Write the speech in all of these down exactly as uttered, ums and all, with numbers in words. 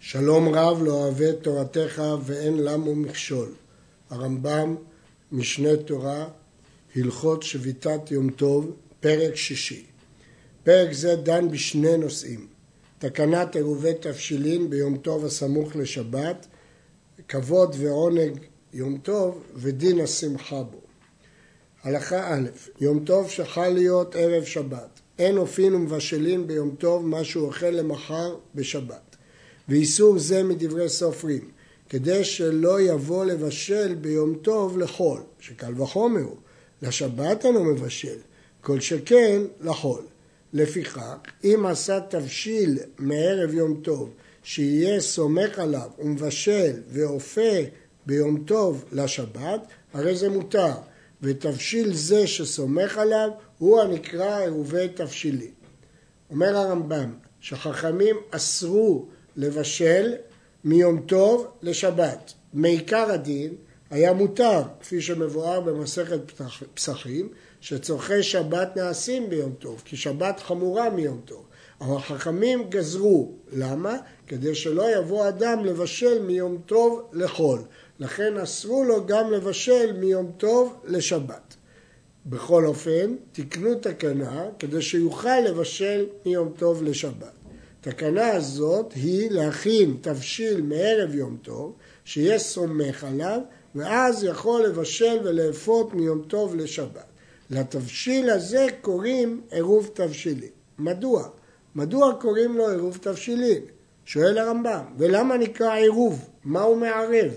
שלום רב לא אוהב את תורתך ואין למו מכשול. הרמב"ם, משנה תורה, הלכות שביתת יום טוב, פרק שישי. פרק זה דן בשני נושאים. תקנת עירובי תבשילין ביום טוב הסמוך לשבת, כבוד ועונג יום טוב ודין השמחה בו. הלכה א', יום טוב שחל להיות ערב שבת. אין אופין ומבשלים ביום טוב מה שהוא אוכל למחר בשבת. ואיסור זה מדברי סופרים, כדי שלא יבוא לבשל ביום טוב לחול, שקל וחומר הוא, לשבת אינו מבשל, כל שכן לחול. לפיכך, אם עשה תבשיל מערב יום טוב, שיהיה סומך עליו ומבשל ואופה ביום טוב לשבת, הרי זה מותר, ותבשיל זה שסומך עליו הוא הנקרא עירובי תבשילין. אומר הרמב"ם, שחכמים אסרו לבשל מיום טוב לשבת. מעיקר הדין היה מותר, כפי שמבואר במסכת פסחים, שצורכי שבת נעשים ביום טוב, כי שבת חמורה מיום טוב. אבל החכמים גזרו. למה? כדי שלא יבוא אדם לבשל מיום טוב לחול. לכן אסרו לו גם לבשל מיום טוב לשבת. בכל אופן, תקנו תקנה כדי שיוכל לבשל מיום טוב לשבת. התקנה הזאת היא להכין תבשיל מערב יום טוב, שיהיה סומך עליו, ואז יכול לבשל ולאפות מיום טוב לשבת. לתבשיל הזה קוראים עירוב תבשילין. מדוע? מדוע קוראים לו עירוב תבשילין? שואל הרמב"ם, ולמה נקרא עירוב? מה הוא מערב?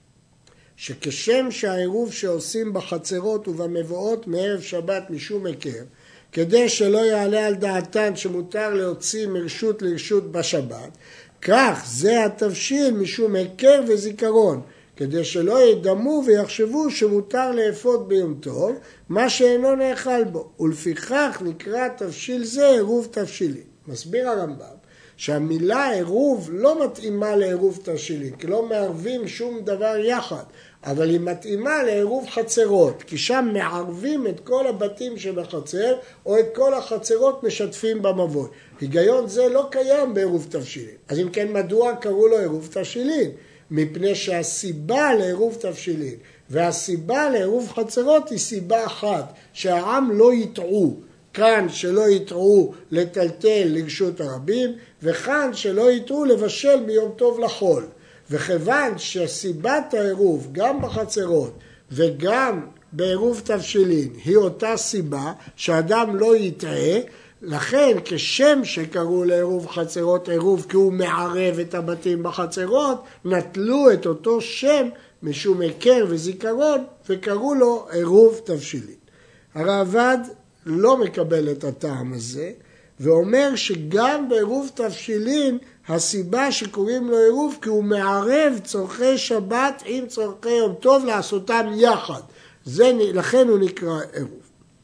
שכשם שהעירוב שעושים בחצרות ובמבואות מערב שבת משום היכר, כדי שלא יעלה על דעתן שמותר להוציא מרשות לרשות בשבת, כך זה התבשיל משום היכר וזיכרון, כדי שלא ידמו ויחשבו שמותר לאפות ביום טוב, מה שאינו נאכל בו, ולפיכך נקרא תבשיל זה עירוב תבשילין. מסביר הרמב"ם שהמילה עירוב לא מתאימה לעירוב תבשילין, כי לא מערבים שום דבר יחד, אבל היא מתאימה לעירוב חצרות, כי שם מערבים את כל הבתים שבחצר, או את כל החצרות משתפים במבוי. היגיון זה לא קיים בעירוב תבשילין. אז אם כן, מדוע קראו לו עירוב תבשילין? מפני שהסיבה לעירוב תבשילין והסיבה לעירוב חצרות היא סיבה אחת, שהעם לא יטעו. כאן שלא יטעו לטלטל לרשות הרבים, וכאן שלא יטעו לבשל מיום טוב לחול. וכיוון שסיבת העירוב גם בחצרות וגם בעירוב תבשילין היא אותה סיבה שאדם לא יטעה, לכן כשם שקראו לעירוב חצרות עירוב כי הוא מערב את הבתים בחצרות, נטלו את אותו שם משום היכר וזיכרון וקראו לו עירוב תבשילין. הרעב"ד לא מקבל את הטעם הזה ואומר שגם בעירוב תבשילין הסיבה שקוראים לו עירוב כי הוא מערב צורכי שבת עם צורכי יום טוב לעשותם יחד. זה, לכן הוא נקרא עירוב.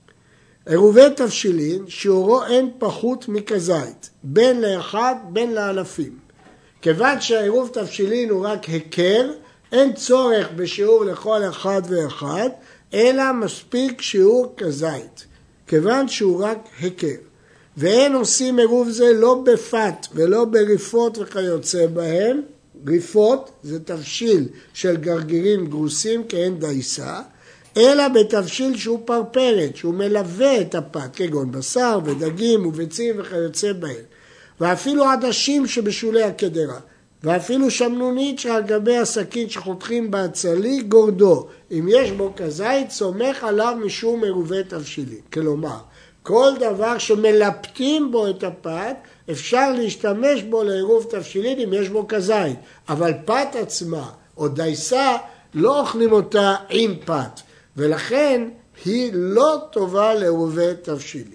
עירובי תבשילין שיעורו אין פחות מכזית, בין לאחד בין לאלפים. כיוון שהעירוב תבשילין הוא רק היכר, אין צורך בשיעור לכל אחד ואחד, אלא מספיק שיעור כזית, כיוון שהוא רק היכר. ואין עושים עירוב זה לא בפת ולא בריפות וכיוצא בהם. ריפות זה תבשיל של גרגירים גרוסים כאין דייסה, אלא בתבשיל שהוא פרפרת, שהוא מלווה את הפת, כגון בשר ודגים וביצים וכיוצא בהם. ואפילו עדשים שבשולי הקדרה, ואפילו שמנונית שעל גבי השקית שחותכים בהצלי גורדו, אם יש בו כזית סומך עליו משום עירובי תבשילין. כלומר, כל דבר שמלפתים בו את הפת, אפשר להשתמש בו לעירוב תבשילין אם יש בו כזית. אבל פת עצמה או דייסה לא אוכלים אותה עם פת, ולכן היא לא טובה לעירובי תבשילין.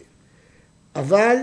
אבל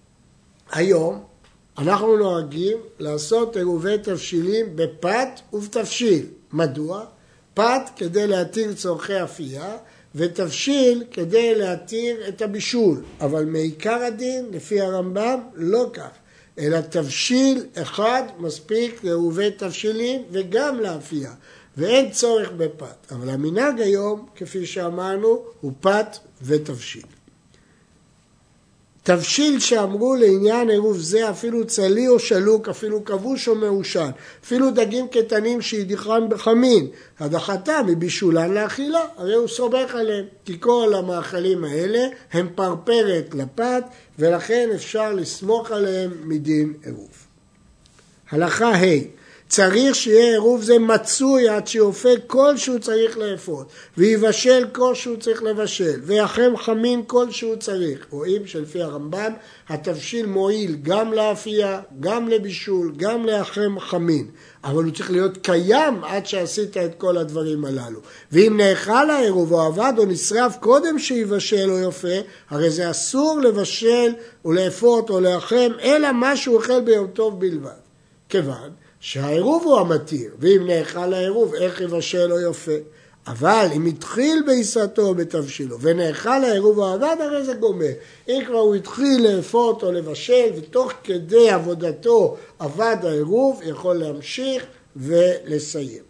היום אנחנו נוהגים לעשות עירובי תבשילין בפת ובתבשיל. מדוע? פת כדי להתיר צורכי אפייה, ותבשיל כדי להתיר את הבישול. אבל מעיקר הדין, לפי הרמב"ם, לא כך. אלא תבשיל אחד מספיק לעירובי תבשילין וגם לאפייה. ואין צורך בפת. אבל המנהג היום, כפי שאמרנו, הוא פת ותבשיל. תבשיל שאמרו לעניין עירוב זה אפילו צלי או שלוק, אפילו כבוש או מעושן, אפילו דגים קטנים שידיחן בחמין, הדחתם מבישולן לאכילה, הרי הוא סומך עליהם, כי כל המאכלים האלה הם פרפרת לפת, ולכן אפשר לסמוך עליהם מדין עירוב. הלכה ה' צריך שיהיה עירוב זה מצוי עד שיופה כל שהוא צריך לאפות, ויבשל כל שהוא צריך לבשל, ויחם חמין כל שהוא צריך. רואים שלפי הרמב"ם התבשיל מועיל גם לאפייה, גם לבישול, גם להחם חמין, אבל הוא צריך להיות קיים עד שעשית את כל הדברים הללו. ואם נאכל העירוב או עבד או נשרף קודם שיבשל או יופה, הרי זה אסור לבשל ולאפות או להחם, אלא מה שהוא אוכל ביום טוב בלבד. כיוון שהעירוב הוא המתיר, ואם נאכל העירוב, איך יבשל או יופה. אבל אם התחיל בעיסתו או בתבשילו, ונאכל העירוב או עבד, הרי זה גומר. אם כבר הוא התחיל לאפות או לבשל, ותוך כדי עבודתו עבד העירוב, יכול להמשיך ולסיים.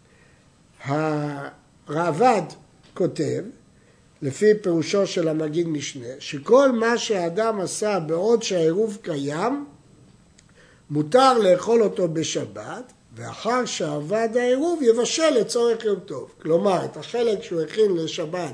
הרעב"ד כותב, לפי פירושו של המגיד משנה, שכל מה שהאדם עשה בעוד שהעירוב קיים, מותר לאכול אותו בשבת, ואחר שעבד העירוב יבשל לצורך יום טוב. כלומר, את החלק שהוא הכין לשבת,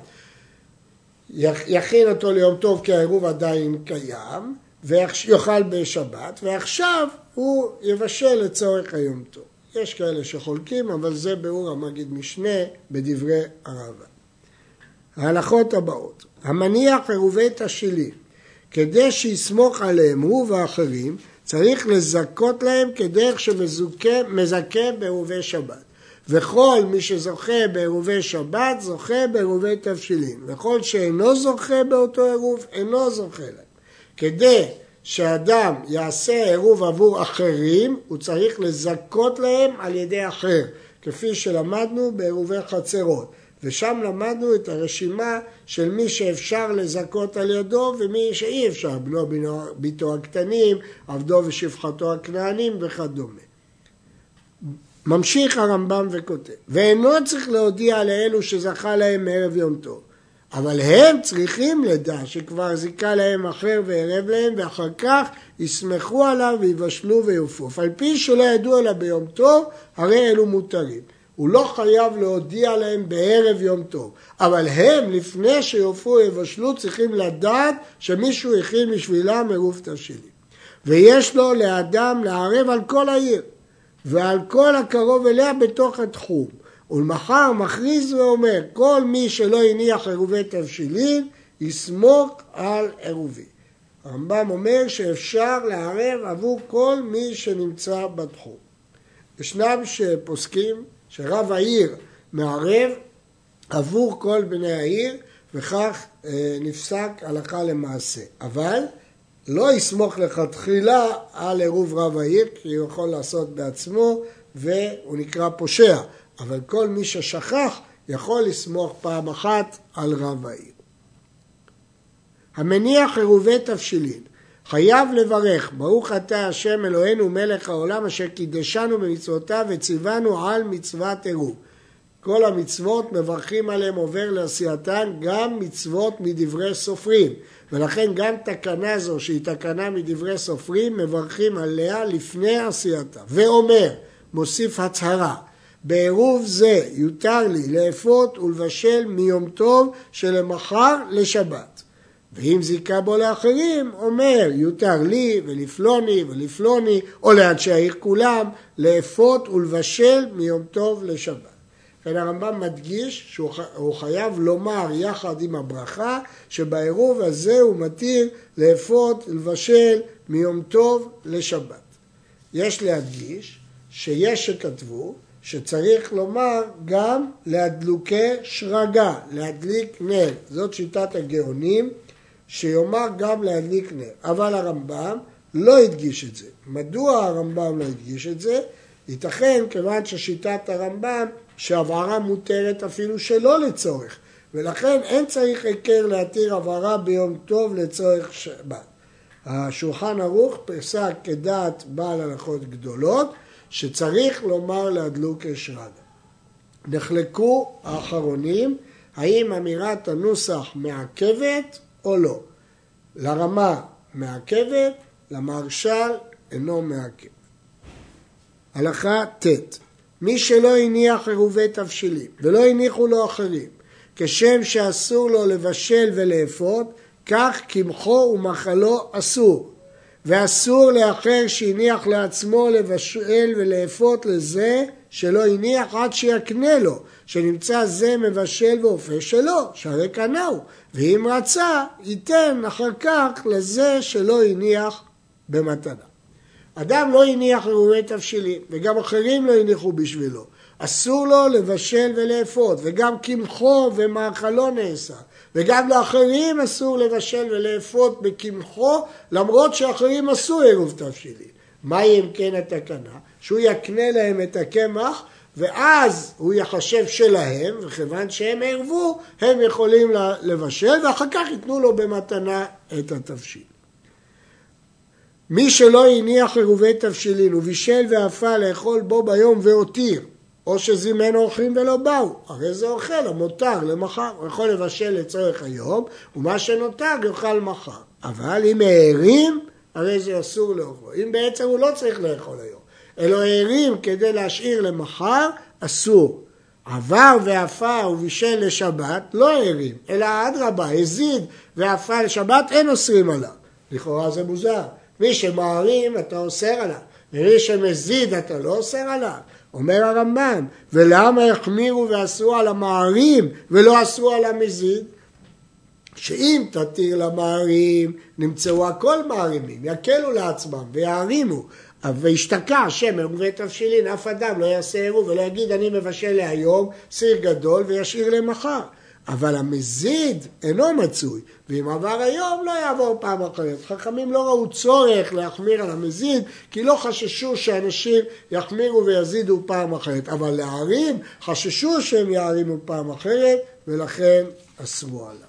יכין אותו ליום טוב כי העירוב עדיין קיים, ויאכל בשבת, ועכשיו הוא יבשל לצורך היום טוב. יש כאלה שחולקים, אבל זה ביאור המגיד משנה בדברי הרעב"ד. ההלכות הבאות. המניח עירובי תבשילים, כדי שיסמוך עליהם הוא ואחרים, צריך לזכות להם כדרך שמזכה בעירובי שבת. וכל מי שזוכה בעירובי שבת, זוכה בעירובי תבשילין. וכל שאינו זוכה באותו עירוב, אינו זוכה להם. כדי שאדם יעשה עירוב עבור אחרים, הוא צריך לזכות להם על ידי אחר, כפי שלמדנו בעירובי חצרות. ושם למדנו את הרשימה של מי שאפשר לזכות על ידו ומי שאי אפשר, בנו ביתו הקטנים, עבדו ושפחתו הכנענים וכדומה. ממשיך הרמב"ם וכותב, ואינו צריך להודיע לאלו שזכה להם מערב יום טוב, אבל הם צריכים לדע שכבר זיכה להם אחר וערב להם, ואחר כך יסמכו עליו ויבשלו ויופו. על פי שלא ידעו עליו ביום טוב, הרי אלו מותרים. הוא לא חייב להודיע להם בערב יום טוב, אבל הם לפני שיופו יבשלו צריכים לדעת שמישהו הכין בשבילם עירוב תבשילים. ויש לו לאדם לערב על כל העיר ועל כל הקרוב אליה בתוך התחום, ולמחר מכריז ואומר כל מי שלא הניח עירובי תבשילים יסמוך על עירובי. הרמב"ם אומר שאפשר לערב עבור כל מי שנמצא בתחום. ישנם שפוסקים שרב העיר מערב עבור כל בני העיר, וכך אה, נפסק הלכה למעשה. אבל לא יסמוך לכתחילה על עירוב רב העיר, כי הוא יכול לעשות בעצמו והוא נקרא פושע. אבל כל מי ששכח יכול לסמוך פעם אחת על רב העיר. המניח עירובי תבשילין חייב לברך, ברוך אתה השם אלוהינו מלך העולם אשר קידשנו במצוותיו וציוונו על מצוות עירוב. כל המצוות מברכים עליהם עובר לעשייתן, גם מצוות מדברי סופרים, ולכן גם תקנה זו שהיא תקנה מדברי סופרים מברכים עליה לפני עשייתה. ואומר, מוסיף הצהרה, בעירוב זה יותר לי לאפות ולבשל מיום טוב שלמחר לשבת. ואם זיקה בו לאחרים, אומר, יותר לי ולפלוני ולפלוני, או לאנשי העיר כולם, לאפות ולבשל מיום טוב לשבת. כן, הרמב"ם מדגיש שהוא חייב לומר יחד עם הברכה, שבעירוב הזה הוא מתיר לאפות ולבשל מיום טוב לשבת. יש להדגיש שיש שכתבו שצריך לומר גם להדלוקי שרגה, להדליק נר. זאת שיטת הגאונים, שיאמר גם להדליק נר. אבל הרמב"ם לא הדגיש את זה. מדוע הרמב"ם לא הדגיש את זה? ייתכן כיוון ששיטת הרמב"ם שהבערה מותרת אפילו שלא לצורך, ולכן אין צריך עיקר להתיר הבערה ביום טוב לצורך שבת. השולחן ערוך פסק כדעת בעל הלכות גדולות, שצריך לומר להדלוק שרגה. נחלקו האחרונים, האם אמירת הנוסח מעכבת או לא. לרמה מעכבת, למהרש"ל אינו מעכב. הלכה ט' מי שלא הניח עירובי תבשילים ולא הניחו לו אחרים, כשם שאסור לו לבשל ולאפות, כך קמחו ומחלו אסור. ואסור לאחר שהניח לעצמו לבשל ולאפות לזה שלא הניח עד שיקנה לו, שנמצא זה מבשל ואופה שלו, שהרי קנהו, ואם רצה ייתן אחר כך לזה שלא הניח במתנה. אדם לא הניח עירובי תבשילים, וגם אחרים לא הניחו בשבילו. אסור לו לבשל ולאפות, וגם קמחו ומאכלו נאסר. וגם לאחרים אסור לבשל ולאפות בקמחו, למרות שאחרים עשו עירוב תבשילים. מהי אם כן התקנה? שהוא יקנה להם את הקמח, ואז הוא יחשב שלהם, וכיוון שהם עירבו, הם יכולים לבשל, ואחר כך ייתנו לו במתנה את התבשיל. מי שלא הניח עירובי תבשילין ובישל ואפה לאכול בו ביום והותיר, או שזימן אורחים ולא באו, הרי זה אוכל המותר למחר, הוא יכול לבשל לצורך היום, ומה שנותר יאכל מחר. אבל אם הערים, הרי זה אסור לאכול. אם בעצם הוא לא צריך לאכול היום, אלא הערים כדי להשאיר למחר, אסור. עבר ואפה ובישל לשבת, לא הערים, אלא אדרבה, הזיד ואפה לשבת, אין אוסרים עליו. לכאורה זה מוזר. מי שמערים אתה אוסר עליו, ומי שמזיד אתה לא אוסר עליו. אומר הרמב"ם, ולמה החמירו ועשו על המערים ולא עשו על המזיד? שאם תתיר למערים, נמצאו הכל מערימים, יקלו לעצמם ויערימו, וישתקע שמן ותבשילין, אף אדם לא יעשה עירוב ולא יגיד אני מבשל להיום סיר גדול וישאיר למחר. אבל המזיד אינו מצוי, ואם עבר היום לא יעבור פעם אחרת. חכמים לא ראו צורך להחמיר על המזיד, כי לא חששו שאנשים יחמירו ויזידו פעם אחרת. אבל להערים חששו שהם יערימו פעם אחרת, ולכן אסרו עליו.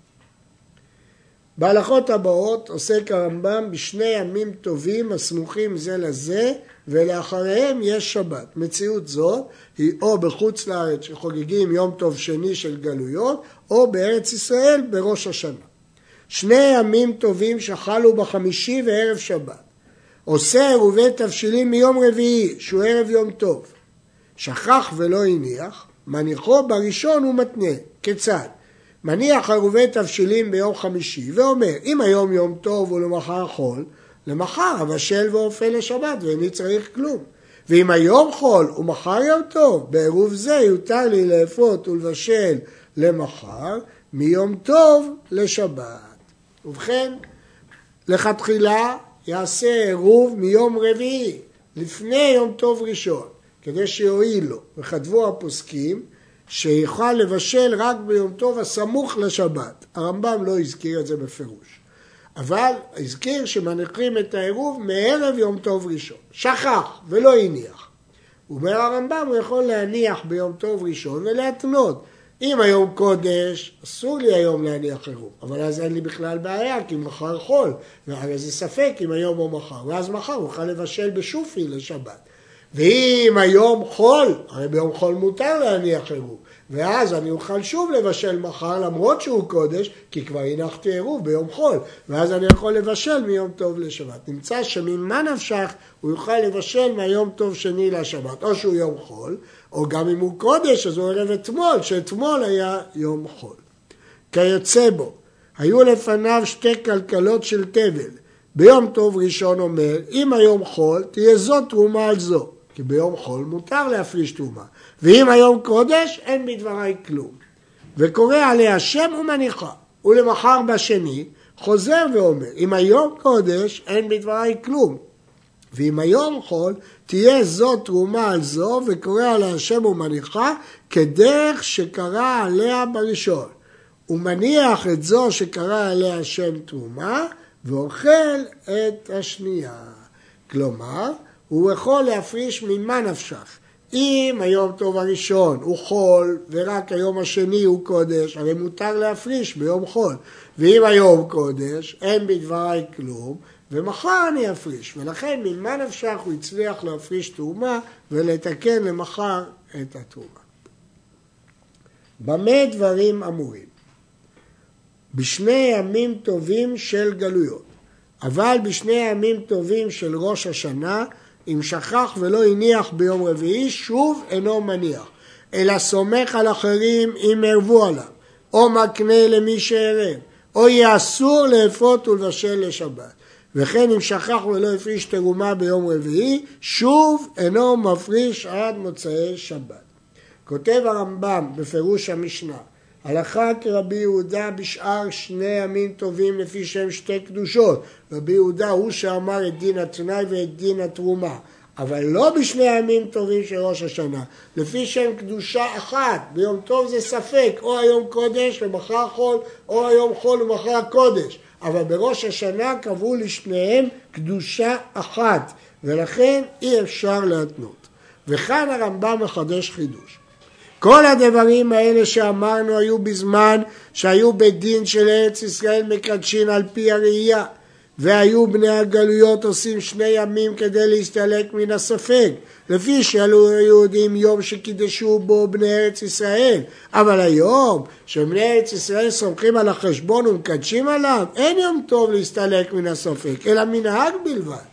בהלכות הבאות עוסק הרמב"ם בשני ימים טובים הסמוכים זה לזה, ולאחריהם יש שבת. מציאות זו היא או בחוץ לארץ שחוגגים יום טוב שני של גלויות, או בארץ ישראל בראש השנה. שני ימים טובים שחלו בחמישי וערב שבת. עושה עירובי תבשילים מיום רביעי, שהוא ערב יום טוב. שכח ולא הניח, מניחו בראשון ומתנה. כיצד? מניח עירובי תבשילים ביום חמישי ואומר, אם היום יום טוב ולמחר חול, למחר אבשל ואופה לשבת ואיני צריך כלום. ואם היום חול ומחר יום טוב, בעירוב זה יותר לי לאפות ולבשל למחר, מיום טוב לשבת. ובכן, לכתחילה יעשה עירוב מיום רביעי, לפני יום טוב ראשון, כדי שיועיל לו. וכתבו הפוסקים שיוכל לבשל רק ביום טוב הסמוך לשבת. הרמב"ם לא הזכיר את זה בפירוש. אבל הזכיר שמניחים את העירוב מערב יום טוב ראשון. שכח ולא הניח. אומר הרמב"ם, הוא יכול להניח ביום טוב ראשון ולהתנות. אם היום קודש, אסור לי היום להניח עירוב. אבל אז אין לי בכלל בעיה, כי מחר חול. והרי זה ספק אם היום או מחר. ואז מחר הוא יכול לבשל בשופי לשבת. ואם היום חול, הרי ביום חול מותר להניח עירוב. ואז אני אוכל שוב לבשל מחר, למרות שהוא קודש, כי כבר הנחתי עירוב ביום חול. ואז אני יכול לבשל מיום טוב לשבת. נמצא שממה נפשך הוא יוכל לבשל מהיום טוב שני לשבת. או שהוא יום חול, או גם אם הוא קודש, אז הוא ערב אתמול, שאתמול היה יום חול. כיוצא בו, היו לפניו שתי כלכלות של תבל. ביום טוב ראשון אומר, אם היום חול, תהיה זו תרומה על זו. כי ביום חול מותר להפריש תרומה. ואם היום קודש, אין בדברי כלום. וקורא עליה שם ומניחה. ולמחר בשני, חוזר ואומר, אם היום קודש, אין בדברי כלום. ואם היום חול, תהיה זו תרומה על זו, וקורא עליה שם ומניחה, כדרך שקרא עליה בראשון. הוא מניח את זו שקרא עליה שם תרומה, ואוכל את השנייה. כלומר, הוא יכול להפריש ממה נפשך. אם היום טוב הראשון הוא חול, ורק היום השני הוא קודש, הרי מותר להפריש ביום חול. ואם היום קודש, אין בדברי כלום, ומחר אני אפריש. ולכן ממה נפשך הוא הצליח להפריש תרומה, ולתקן למחר את התרומה. במה דברים אמורים? בשני ימים טובים של גלויות. אבל בשני ימים טובים של ראש השנה, אם שכח ולא הניח ביום רביעי, שוב אינו מניח, אלא סומך על אחרים אם ערבו עליו, או מקנה למי שערב, או יהיה אסור לאפות ולבשל לשבת. וכן אם שכח ולא הפריש תרומה ביום רביעי, שוב אינו מפריש עד מוצאי שבת. כותב הרמב"ם בפירוש המשנה, הלכה כרבי יהודה בשאר שני ימים טובים לפי שם שתי קדושות. רבי יהודה הוא שאמר את דין התנאי ואת דין התרומה, אבל לא בשני ימים טובים של ראש השנה, לפי שם קדושה אחת. ביום טוב זה ספק, או היום קודש ומחר חול, או היום חול ומחר קודש. אבל בראש השנה קבעו לשניהם קדושה אחת, ולכן אי אפשר להתנות. וכאן הרמב"ם מחדש חידוש. כל הדברים האלה שאמרנו היו בזמן שהיו בדין של ארץ ישראל מקדשין על פי הראייה, והיו בני הגלויות עושים שני ימים כדי להסתלק מן הספק, לפי שעלו היהודים יום שקידשו בו בני ארץ ישראל. אבל היום שבני ארץ ישראל סומכים על החשבון ומקדשים עליו, אין יום טוב להסתלק מן הספק, אלא מנהג בלבד.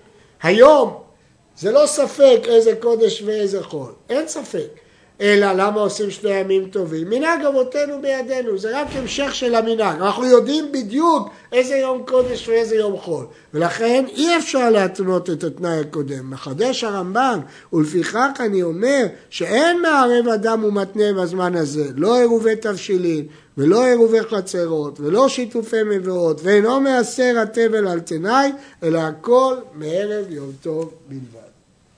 היום זה לא ספק איזה קודש ואיזה חול, אין ספק. אלא למה עושים שני ימים טובים? מנהג אבותינו בידינו, זה רק המשך של המנהג. אנחנו יודעים בדיוק איזה יום קודש ואיזה יום חול. ולכן אי אפשר להתנות את התנאי הקודם. מחדש הרמב"ם, ולפיכך אני אומר שאין מערב אדם ומתנה בזמן הזה. לא עירובי תבשילין, ולא עירובי חצרות, ולא שיתופי מבואות, ואינו מעשר התבל על תנאי, אלא הכל מערב יום טוב בלבד.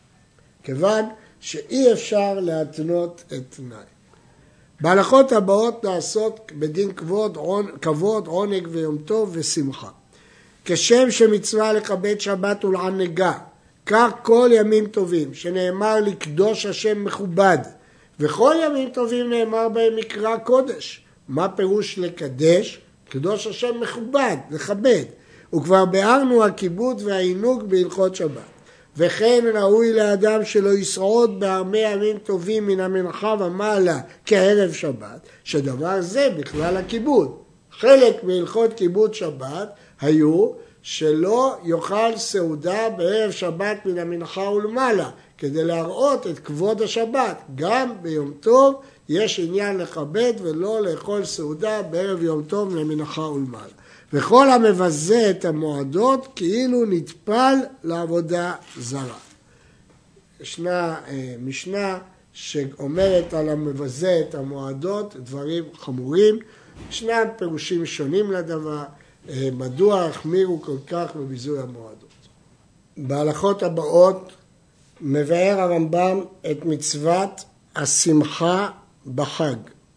כיוון שאי אפשר להתנות את תנאי. בהלכות הבאות נעשות בדין כבוד, כבוד, עונג ויום טוב ושמחה. כשם שמצווה לכבד שבת ולענגה, כך כל ימים טובים שנאמר לקדוש השם מכובד, וכל ימים טובים נאמר בהם מקרא קודש. מה פירוש לקדש? קדוש השם מכובד, לכבד. וכבר ביארנו הכיבוד והעינוג בהלכות שבת. וכן ראוי לאדם שלא יסעוד בהרבה ימים טובים מן המנחה ומעלה כערב שבת, שדבר זה בכלל הכיבוד. חלק מהלכות כיבוד שבת היו שלא יאכל סעודה בערב שבת מן המנחה ולמעלה, כדי להראות את כבוד השבת. גם ביום טוב יש עניין לכבד ולא לאכול סעודה בערב יום טוב מן המנחה ולמעלה. וכל המבזה את המועדות כאילו נטפל לעבודה זרה. ישנה אה, משנה שאומרת על המבזה את המועדות דברים חמורים. ישנם פירושים שונים לדבר, אה, מדוע החמירו כל כך בביזוי המועדות. בהלכות הבאות מבאר הרמב"ם את מצוות השמחה בחג.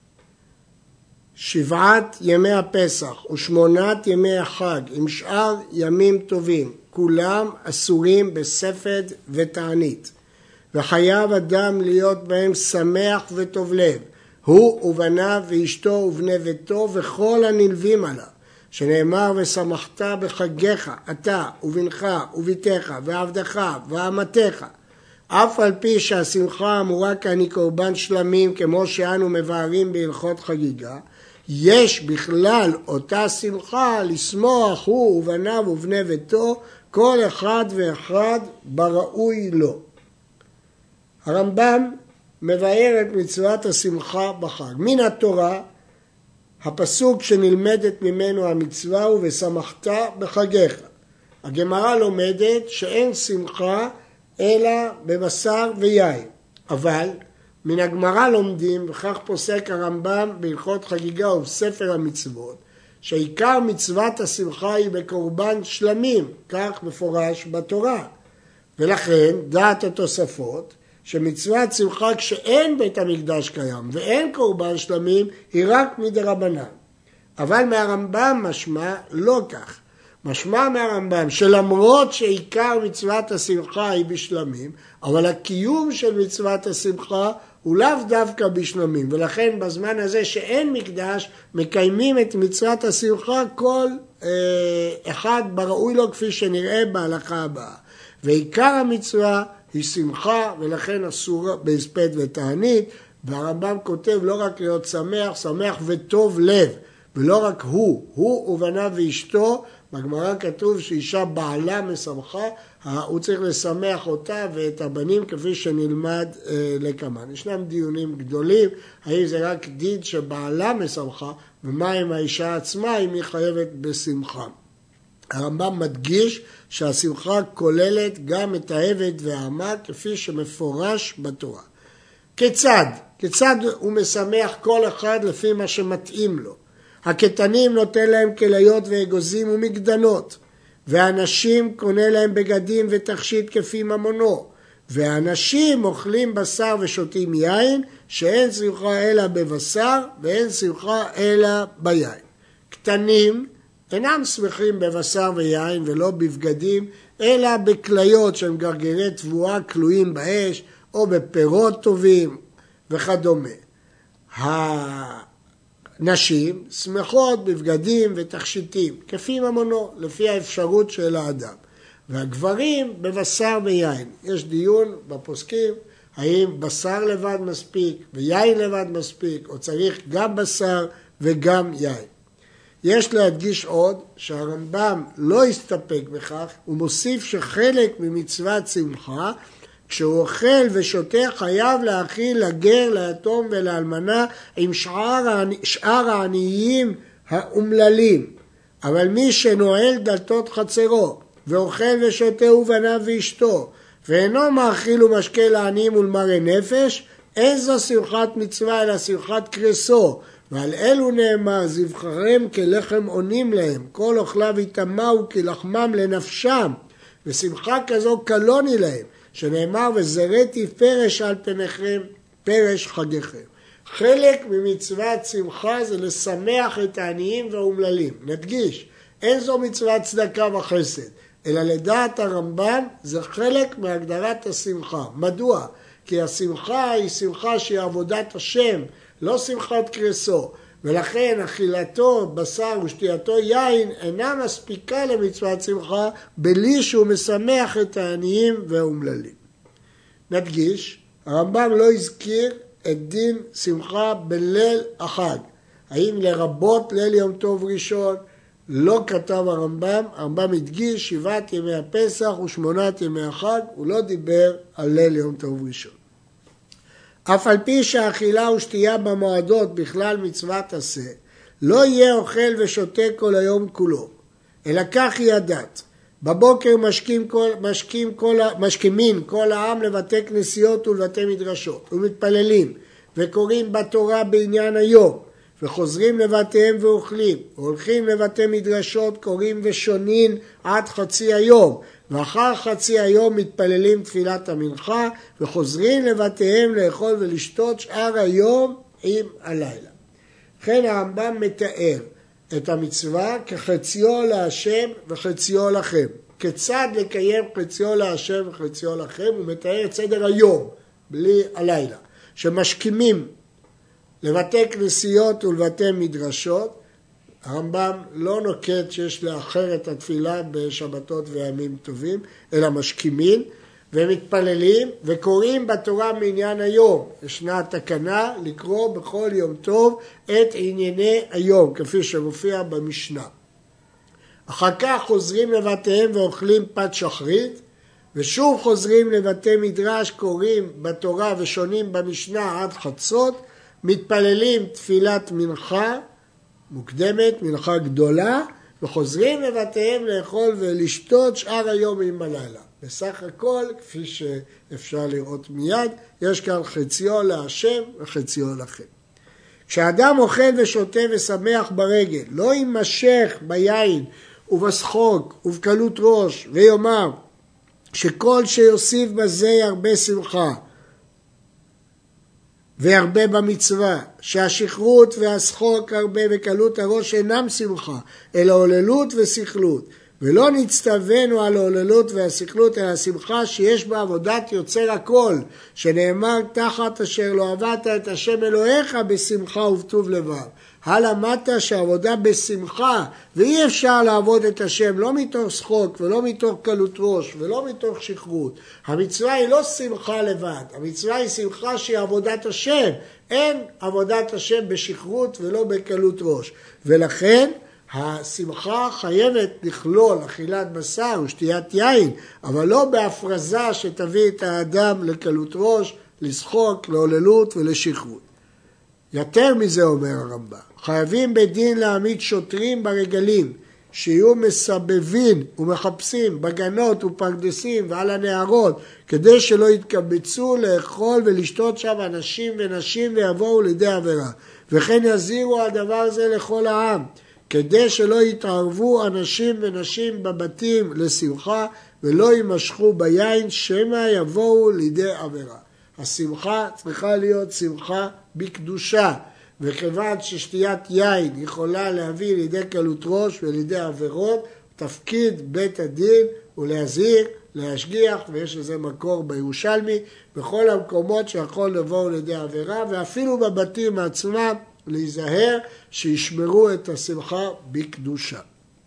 שבעת ימי הפסח ושמונת ימי החג עם שאר ימים טובים, כולם אסורים בספד ותענית, וחייב אדם להיות בהם שמח וטוב לב, הוא ובניו ואשתו ובני ביתו וכל הנלווים עליו, שנאמר ושמחת בחגיך אתה ובנך וביתך ועבדך ואמתך. אף על פי שהשמחה אמורה כאן היא קורבן שלמים כמו שאנו מבארים בהלכות חגיגה, יש בכלל אותה שמחה לשמוח הוא ובניו ובני ביתו, כל אחד ואחד בראוי לו. הרמב"ם מבאר את מצוות השמחה בחג. מן התורה, הפסוק שנלמדת ממנו המצווה הוא ושמחת בחגיך. הגמרא לומדת שאין שמחה אלא בבשר ויין, אבל מן הגמרא לומדים, וכך פוסק הרמב"ם בהלכות חגיגה ובספר המצוות, שעיקר מצוות השמחה היא בקורבן שלמים, כך מפורש בתורה. ולכן דעת התוספות שמצוות שמחה כשאין בית המקדש קיים ואין קורבן שלמים היא רק מדרבנן. אבל מהרמב"ם משמע לא כך. משמע מהרמב"ם שלמרות שעיקר מצוות השמחה היא בשלמים, אבל הקיום של מצוות השמחה הוא לאו דווקא בשלמים, ולכן בזמן הזה שאין מקדש מקיימים את מצוות השמחה כל אה, אחד בראוי לו כפי שנראה בהלכה הבאה. ועיקר המצווה היא שמחה, ולכן אסור בהספד ותענית, והרמב"ם כותב לא רק להיות שמח, שמח וטוב לב, ולא רק הוא, הוא ובניו ואשתו בגמרא כתוב שאישה בעלה משמחה, הוא צריך לשמח אותה ואת הבנים כפי שנלמד אה, לקמן. ישנם דיונים גדולים, האם זה רק דין שבעלה משמחה, ומה עם האישה עצמה, אם היא חייבת בשמחה. הרמב"ם מדגיש שהשמחה כוללת גם את העבד והאמה כפי שמפורש בתורה. כיצד? כיצד הוא משמח כל אחד לפי מה שמתאים לו? הקטנים נותן להם כליות ואגוזים ומגדנות, והאנשים קונה להם בגדים ותכשיט כפי ממונו, והאנשים אוכלים בשר ושותים יין, שאין שמחה אלא בבשר ואין שמחה אלא ביין. קטנים אינם שמחים בבשר ויין ולא בבגדים, אלא בכליות שהם גרגרי תבואה כלואים באש, או בפירות טובים וכדומה. הנשים שמחות בבגדים ותכשיטים, כפי ממונו, לפי האפשרות של האדם. והגברים בבשר ויין. יש דיון בפוסקים, האם בשר לבד מספיק ויין לבד מספיק, או צריך גם בשר וגם יין. יש להדגיש עוד שהרמב"ם לא הסתפק בכך, הוא מוסיף שחלק ממצוות שמחה, כשהוא אוכל ושותה חייב להאכיל לגר, ליתום ולאלמנה עם שאר, שאר העניים האומללים. אבל מי שנועל דלתות חצרו ואוכל ושותה הוא בניו ואשתו, ואינו מאכיל ומשקה לעניים ולמרי נפש, אין זו שמחת מצווה אלא שמחת קרסו. ועל אלו נאמר, זבחריהם כלחם עונים להם, כל אוכליו יטמאו כלחמם לנפשם, ושמחה כזו קלוני להם, שנאמר, וזרעתי פרש על פניכם, פרש חגיכם. חלק ממצוות שמחה זה לשמח את העניים והאומללים. נדגיש, אין זו מצוות צדקה וחסד, אלא לדעת הרמב"ן זה חלק מהגדרת השמחה. מדוע? כי השמחה היא שמחה שהיא עבודת השם, לא שמחת קרסו, ולכן אכילתו בשר ושתייתו יין אינה מספיקה למצוות שמחה בלי שהוא משמח את העניים והאומללים. נדגיש, הרמב"ם לא הזכיר את דין שמחה בליל החג. האם לרבות ליל יום טוב ראשון? לא כתב הרמב"ם, הרמב"ם הדגיש שבעת ימי הפסח ושמונת ימי החג, הוא לא דיבר על ליל יום טוב ראשון. אף על פי שהאכילה ושתייה במועדות בכלל מצוות עשה, לא יהיה אוכל ושותה כל היום כולו, אלא כך היא הדת. בבוקר משכים כל, משכים כל, משכימים כל העם לבתי כנסיות ולבתי מדרשות, ומתפללים, וקוראים בתורה בעניין היום, וחוזרים לבתיהם ואוכלים, והולכים לבתי מדרשות, קוראים ושונים עד חצי היום, ואחר חצי היום מתפללים תפילת המנחה, וחוזרים לבתיהם לאכול ולשתות שאר היום עם הלילה. לכן הרמב"ם מתאר את המצווה כחציו להשם וחציו לכם. כיצד לקיים חציו להשם וחציו לכם? הוא מתאר את סדר היום, בלי הלילה, שמשכימים לבתי כנסיות ולבתי מדרשות. הרמב"ם לא נוקט שיש לאחר את התפילה בשבתות וימים טובים, אלא משכימים ומתפללים וקוראים בתורה מעניין היום. ישנה תקנה לקרוא בכל יום טוב את ענייני היום, כפי שמופיע במשנה. אחר כך חוזרים לבתיהם ואוכלים פת שחרית, ושוב חוזרים לבתי מדרש, קוראים בתורה ושונים במשנה עד חצות, מתפללים תפילת מנחה מוקדמת, מנחה גדולה, וחוזרים לבתיהם לאכול ולשתות שאר היום עם הלילה. בסך הכל, כפי שאפשר לראות מיד, יש כאן חציו להשם וחציו לכם. כשאדם אוכל ושותה ושמח ברגל, לא יימשך ביין ובשחוק ובקלות ראש, ויאמר שכל שיוסיף בזה ירבה שמחה, והרבה במצווה, שהשכרות והשחוק הרבה וקלות הראש אינם שמחה, אלא עוללות ושכלות. ולא נצטווינו על העוללות והשכלות, אלא השמחה שיש בה עבודת יוצר הכל, שנאמר תחת אשר לא עבדת את השם אלוהיך בשמחה ובטוב לבב. הלמדת שעבודה בשמחה, ואי אפשר לעבוד את השם לא מתוך שחוק ולא מתוך קלות ראש ולא מתוך שכרות. המצווה היא לא שמחה לבד, המצווה היא שמחה שהיא עבודת השם. אין עבודת השם בשכרות ולא בקלות ראש. ולכן השמחה חייבת לכלול אכילת בשר ושתיית יין, אבל לא בהפרזה שתביא את האדם לקלות ראש, לשחוק, להוללות ולשכרות. יותר מזה אומר הרמב"ם, חייבים בדין להעמיד שוטרים ברגלים, שיהיו מסבבים ומחפשים בגנות ופרדסים ועל הנהרות, כדי שלא יתקבצו לאכול ולשתות שם אנשים ונשים ויבואו לידי עבירה. וכן יזהירו הדבר הזה לכל העם, כדי שלא יתערבו אנשים ונשים בבתים לשמחה, ולא יימשכו ביין, שמא יבואו לידי עבירה. השמחה צריכה להיות שמחה בקדושה, וכיוון ששתיית יין יכולה להביא לידי קלות ראש ולידי עבירות, תפקיד בית הדין הוא להזהיר, להשגיח, ויש לזה מקור בירושלמי, בכל המקומות שיכול לבוא לידי עבירה, ואפילו בבתים עצמם להיזהר שישמרו את השמחה בקדושה.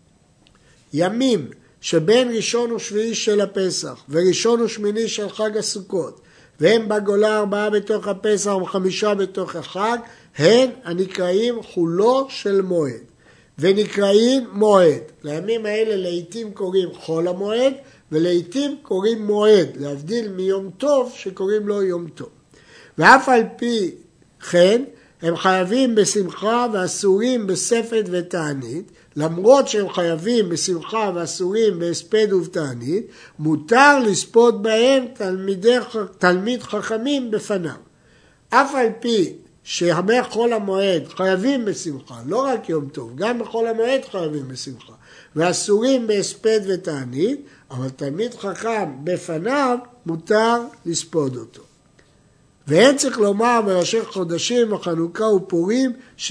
ימים שבין ראשון ושביעי של הפסח וראשון ושמיני של חג הסוכות, והם בגולה ארבעה בתוך הפסח וחמישה בתוך החג, הן הנקראים חולו של מועד, ונקראים מועד. לימים האלה לעתים קוראים חול המועד, ולעתים קוראים מועד, להבדיל מיום טוב שקוראים לו יום טוב. ואף על פי כן, הם חייבים בשמחה ואסורים בספד ותענית, למרות שהם חייבים בשמחה ואסורים בהספד ובתענית, מותר לספוד בהם תלמידי, תלמיד חכמים בפניו. אף על פי שימי חול המועד חייבים בשמחה, לא רק יום טוב, גם בחול המועד חייבים בשמחה, ואסורים בהספד ותענית, אבל תלמיד חכם בפניו מותר לספוד אותו. ואין צריך לומר בראשי חודשים וחנוכה ופורים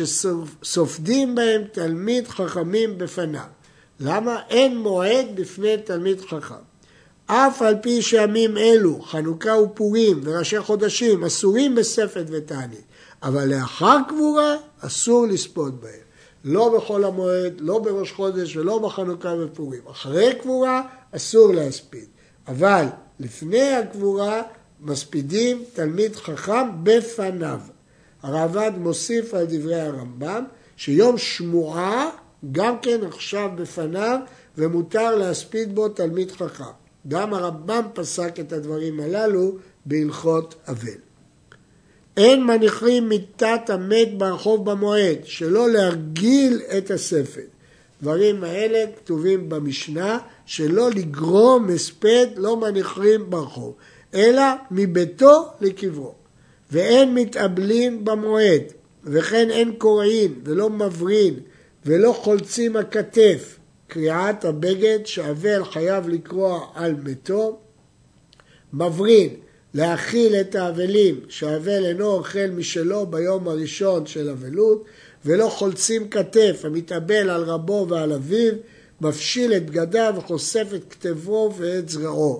שסופדים בהם תלמיד חכמים בפניו. למה? אין מועד בפני תלמיד חכם. אף על פי שימים אלו, חנוכה ופורים וראשי חודשים, אסורים בספד ותענית, אבל לאחר קבורה אסור לספוד בהם. לא בכל המועד, לא בראש חודש ולא בחנוכה ופורים. אחרי קבורה אסור להספיד, אבל לפני הקבורה מספידים תלמיד חכם בפניו. הרעב"ד מוסיף על דברי הרמב"ם שיום שמועה גם כן עכשיו בפניו ומותר להספיד בו תלמיד חכם. גם הרמב"ם פסק את הדברים הללו בהלכות אבל. אין מניחים מיתת המת ברחוב במועד, שלא להרגיל את הספד. דברים האלה כתובים במשנה, שלא לגרום הספד לא מניחים ברחוב, אלא מביתו לקברו. ואין מתאבלים במועד, וכן אין קוראים ולא מברין ולא חולצים הכתף, קריעת הבגד שאבל חייב לקרוע על מתו, מברין להאכיל את האבלים שהאבל אינו אוכל משלו ביום הראשון של אבלות, ולא חולצים כתף המתאבל על רבו ועל אביו, מפשיל את בגדיו וחושף את כתבו ואת זרעו.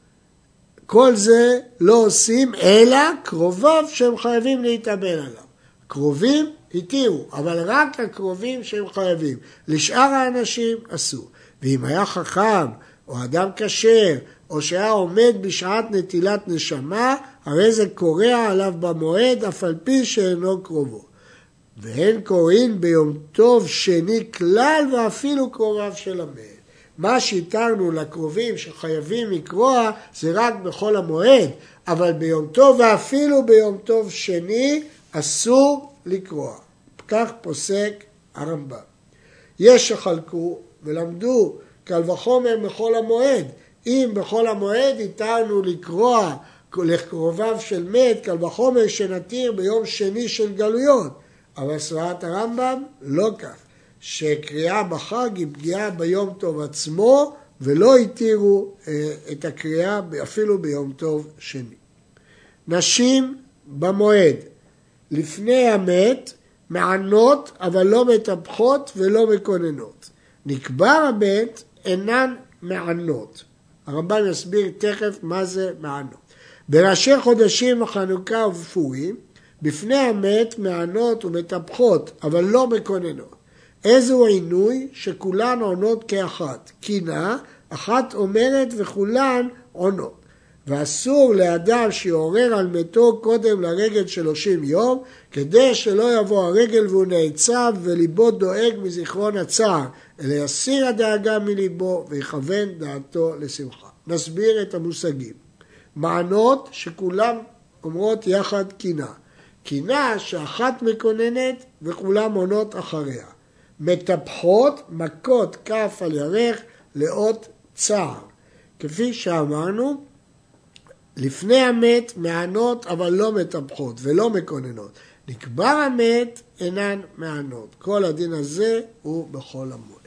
כל זה לא עושים אלא קרוביו שהם חייבים להתאבל עליו. קרובים התירו, אבל רק הקרובים שהם חייבים. לשאר האנשים אסור. ואם היה חכם או אדם כשר או שהיה עומד בשעת נטילת נשמה, הרי זה קורע עליו במועד אף על פי שאינו קרובו. והן קוראים ביום טוב שני כלל ואפילו קרוביו של המת. מה שהתרנו לקרובים שחייבים לקרוע זה רק בכל המועד, אבל ביום טוב ואפילו ביום טוב שני אסור לקרוע. כך פוסק הרמב"ם. יש שחלקו ולמדו קל וחומר בכל המועד. אם בכל המועד התרנו לקרוע לקרוביו של מת, קל וחומר שנתיר ביום שני של גלויות. אבל סברת הרמב"ם לא כך, שקריאה בחג היא פגיעה ביום טוב עצמו, ולא התירו אה, את הקריאה אפילו ביום טוב שני. נשים במועד, לפני המת, מענות אבל לא מטפחות ולא מקוננות. נקבר המת אינן מענות. הרמב"ם יסביר תכף מה זה מענות. בראשי חודשים וחנוכה ופורים, בפני המת מענות ומטפחות, אבל לא מקוננות. איזו עינוי שכולן עונות כאחת, קינה, אחת אומרת וכולן עונות. ואסור לאדם שיעורר על מתו קודם לרגל שלושים יום, כדי שלא יבוא הרגל והוא נעצב וליבו דואג מזיכרון הצער, אלא יסיר הדאגה מליבו ויכוון דעתו לשמחה. נסביר את המושגים. מענות שכולם אומרות יחד קינה. קינה שאחת מקוננת וכולם עונות אחריה. מטפחות, מכות כף על ירך לאות צער. כפי שאמרנו, לפני המת מענות אבל לא מטפחות ולא מקוננות. נקבר המת אינן מענות. כל הדין הזה הוא בכל המות.